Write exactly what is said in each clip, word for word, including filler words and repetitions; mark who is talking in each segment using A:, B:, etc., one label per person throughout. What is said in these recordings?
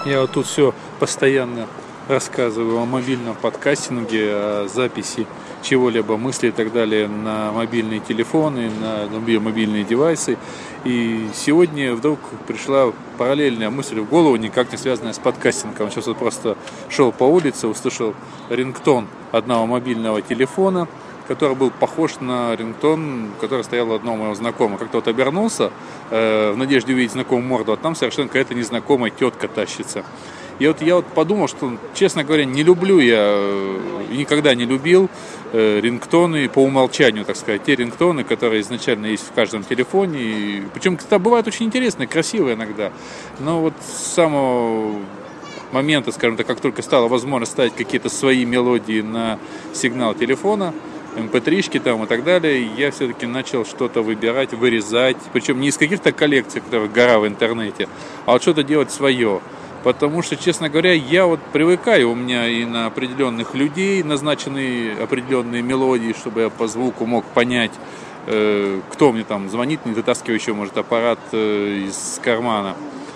A: Я вот тут все постоянно рассказываю о мобильном подкастинге, о записи чего-либо, мысли и так далее на мобильные телефоны, на другие мобильные девайсы. И сегодня вдруг пришла параллельная мысль в голову, никак не связанная с подкастингом. Сейчас вот просто шел по улице, услышал рингтон одного мобильного телефона, который был похож на рингтон, который стоял у одного моего знакомого. Как-то вот обернулся э, в надежде увидеть знакомую морду, а там совершенно какая-то незнакомая тетка тащится. И вот я вот подумал, что, честно говоря, не люблю я и никогда не любил э, рингтоны по умолчанию, так сказать, те рингтоны, которые изначально есть в каждом телефоне. И, причем, кстати, бывают очень интересные, красивые иногда. Но вот с самого момента, скажем так, как только стало возможно ставить какие-то свои мелодии на сигнал телефона, эм пэ три-шки там и так далее, я все-таки начал что-то выбирать, вырезать, причем не из каких-то коллекций, которых гора в интернете, а вот что-то делать свое. Потому что, честно говоря, я вот привыкаю, у меня и на определенных людей назначены определенные мелодии, чтобы я по звуку мог понять, э, кто мне там звонит, не вытаскивая еще, может, аппарат э, из кармана.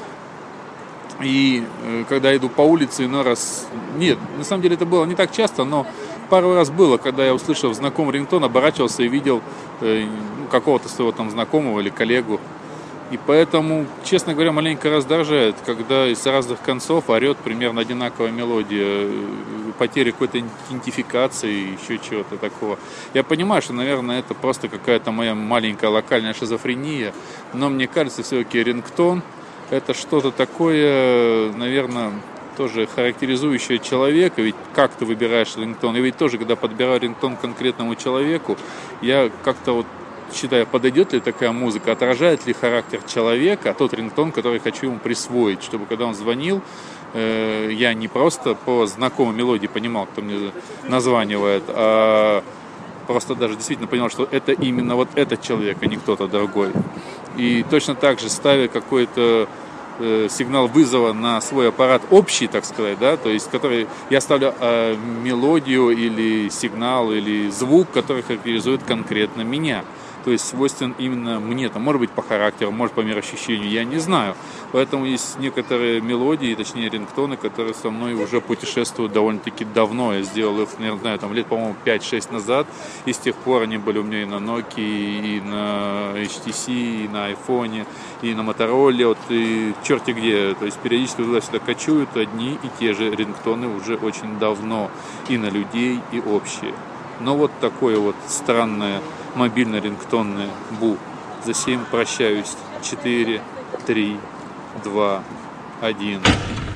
A: И э, когда иду по улице, иной раз... Нет, на самом деле это было не так часто, но пару раз было, когда я, услышав знакомый рингтон, оборачивался и видел э, какого-то своего там знакомого или коллегу. И поэтому, честно говоря, маленько раздражает, когда из разных концов орет примерно одинаковая мелодия, потеря какой-то идентификации, еще чего-то такого. Я понимаю, что, наверное, это просто какая-то моя маленькая локальная шизофрения, но мне кажется, все-таки рингтон — это что-то такое, наверное, тоже характеризующее человека, ведь как ты выбираешь рингтон? Я ведь тоже, когда подбираю рингтон конкретному человеку, я как-то вот считаю, подойдет ли такая музыка, отражает ли характер человека, тот рингтон, который хочу ему присвоить, чтобы когда он звонил, э, я не просто по знакомой мелодии понимал, кто мне названивает, а просто даже действительно понимал, что это именно вот этот человек, а не кто-то другой. И точно так же, ставя какой-то э, сигнал вызова на свой аппарат общий, так сказать, да, то есть который я ставлю э, мелодию или сигнал или звук, который характеризует конкретно меня. То есть свойствен именно мне, там, может быть, по характеру, может, по мироощущению, я не знаю. Поэтому есть некоторые мелодии, точнее, рингтоны, которые со мной уже путешествуют довольно-таки давно. Я сделал их, не знаю, там, лет, по-моему, пять-шесть назад, и с тех пор они были у меня и на Nokia, и на эйч ти си, и на айфоне, и на Motorola, вот, и черти где. То есть периодически туда-сюда кочуют одни и те же рингтоны уже очень давно, и на людей, и общие. Но вот такое вот странное мобильно-рингтонное бу. За сим прощаюсь. четыре, три, два, один.